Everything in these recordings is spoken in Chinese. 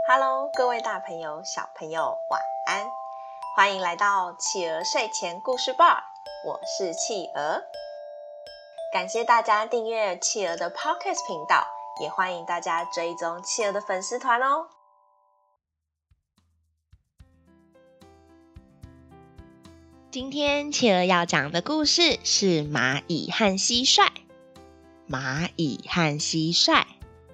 Hello， 各位大朋友、小朋友，晚安！欢迎来到企鹅睡前故事吧，我是企鹅。感谢大家订阅企鹅的 Podcast 频道，也欢迎大家追踪企鹅的粉丝团哦。今天企鹅要讲的故事是蚂蚁和蟋蟀。蚂蚁和蟋蟀，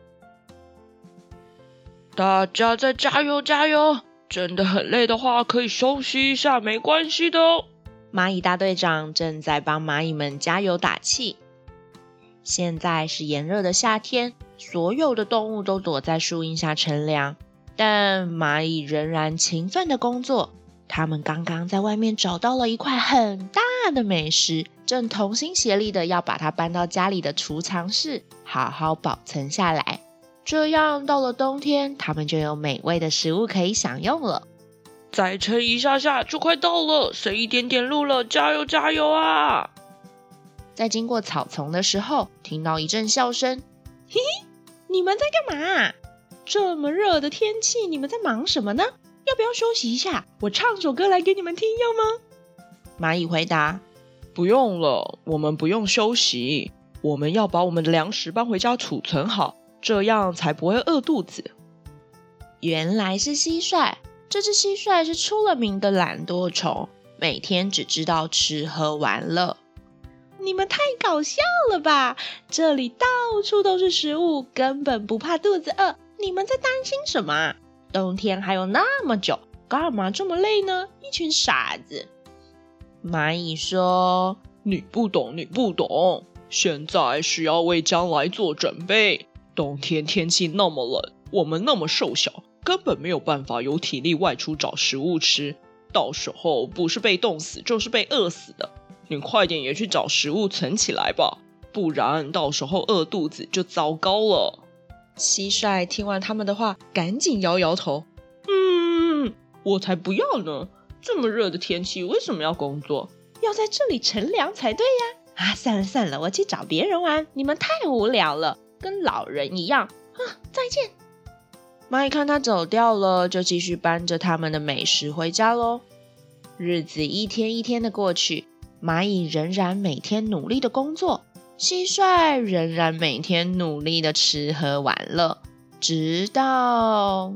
大家再加油加油！真的很累的话，可以休息一下，没关系的哦。 蚂蚁大队长正在帮蚂蚁们加油打气。现在是炎热的夏天，所有的动物都躲在树荫下乘凉，但蚂蚁仍然勤奋的工作。他们刚刚在外面找到了一块很大的美食，正同心协力的要把它搬到家里的储藏室，好好保存下来。这样到了冬天，他们就有美味的食物可以享用了。 再撑一下下就快到了，剩一点点路了，加油加油啊！ 在经过草丛的时候，听到一阵笑声。嘿嘿，你们在干嘛？这么热的天气，你们在忙什么呢？要不要休息一下？我唱首歌来给你们听，要吗？蚂蚁回答： 不用了，我们不用休息，我们要把我们的粮食搬回家储存好，这样才不会饿肚子。 原来是蟋蟀，这只蟋蟀是出了名的懒惰虫，每天只知道吃喝玩乐。你们太搞笑了吧，这里到处都是食物，根本不怕肚子饿，你们在担心什么啊？冬天还有那么久，干嘛这么累呢？一群傻子。蚂蚁说： 你不懂，现在是要为将来做准备。冬天天气那么冷，我们那么瘦小，根本没有办法有体力外出找食物吃，到时候不是被冻死就是被饿死的。你快点也去找食物存起来吧，不然到时候饿肚子就糟糕了。 蟋蟀听完他们的话，赶紧摇摇头。 我才不要呢，这么热的天气为什么要工作？ 要在这里乘凉才对呀。算了，我去找别人玩，你们太无聊了，跟老人一样。再见。蚂蚁看他走掉了，就继续搬着他们的美食回家咯。日子一天一天的过去，蚂蚁仍然每天努力的工作，蟋蟀仍然每天努力的吃喝玩乐，直到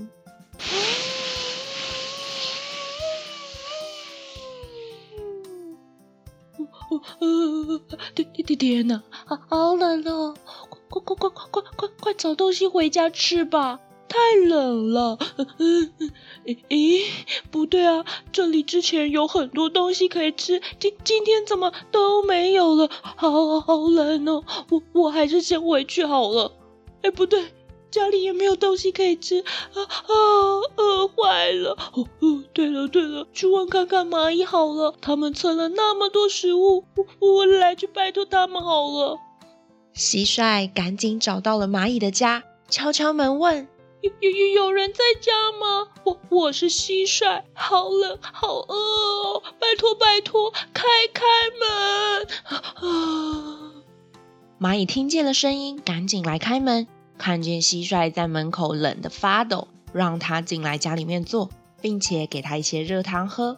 天哪，好冷哦！快找东西回家吃吧，太冷了。不对啊，这里之前有很多东西可以吃，今天怎么都没有了？好冷哦！我还是先回去好了。不对，家里也没有东西可以吃，饿坏了。对了，去问看看蚂蚁好了，他们存了那么多食物，我来去拜托他们好了。蟋蟀赶紧找到了蚂蚁的家，敲敲门问：有人在家吗？我是蟋蟀，好冷好饿哦，拜托，开门！蚂蚁听见了声音，赶紧来开门，看见蟋蟀在门口冷得发抖，让他进来家里面坐，并且给他一些热汤喝。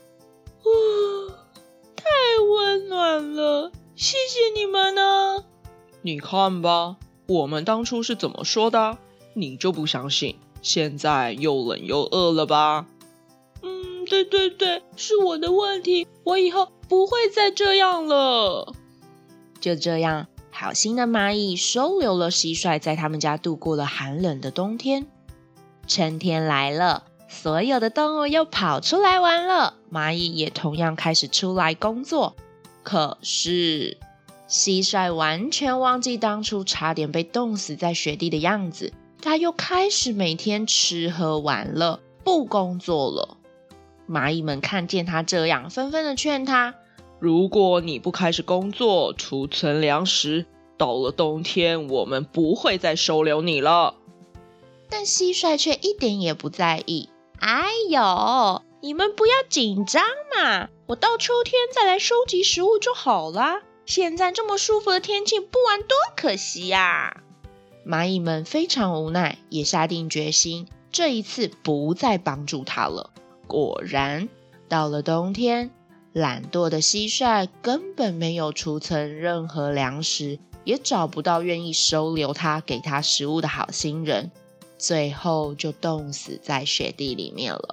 太温暖了，谢谢你们啊！ 你看吧，我们当初是怎么说的？你就不相信，现在又冷又饿了吧？对，是我的问题，我以后不会再这样了。就这样，好心的蚂蚁收留了蟋蟀，在他们家度过了寒冷的冬天。春天来了，所有的动物又跑出来玩了，蚂蚁也同样开始出来工作。可是蟋蟀完全忘记当初差点被冻死在雪地的样子，他又开始每天吃喝玩乐，不工作了。蚂蚁们看见他这样，纷纷的劝他： 如果你不开始工作，储存粮食，到了冬天，我们不会再收留你了。 但蟋蟀却一点也不在意。哎呦，你们不要紧张嘛，我到秋天再来收集食物就好啦。现在这么舒服的天气，不玩多可惜呀！蚂蚁们非常无奈，也下定决心这一次不再帮助他了。果然，到了冬天，懒惰的蟋蟀根本没有储存任何粮食，也找不到愿意收留他、给他食物的好心人，最后就冻死在雪地里面了。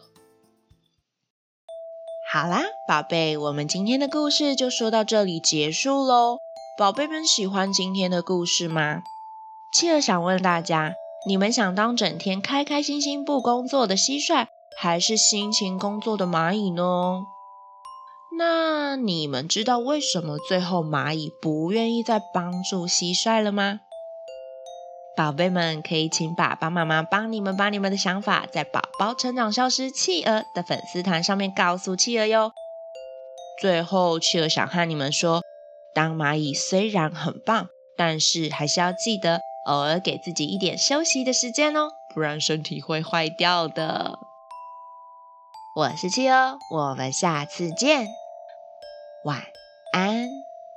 好啦，宝贝，我们今天的故事就说到这里结束咯。宝贝们喜欢今天的故事吗？企鹅想问大家，你们想当整天开开心心不工作的蟋蟀，还是辛勤工作的蚂蚁呢？那你们知道为什么最后蚂蚁不愿意再帮助蟋蟀了吗？宝贝们可以请爸爸妈妈帮你们把你们的想法在宝宝成长教师企鹅的粉丝团上面告诉企鹅哟。最后企鹅想和你们说，当蚂蚁虽然很棒，但是还是要记得偶尔给自己一点休息的时间哦，不然身体会坏掉的。我是企鹅，我们下次见，晚安。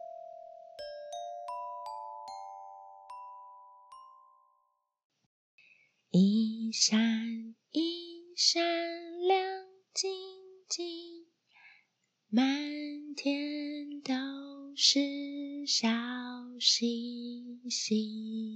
一闪一闪亮晶晶，满天都是小星星。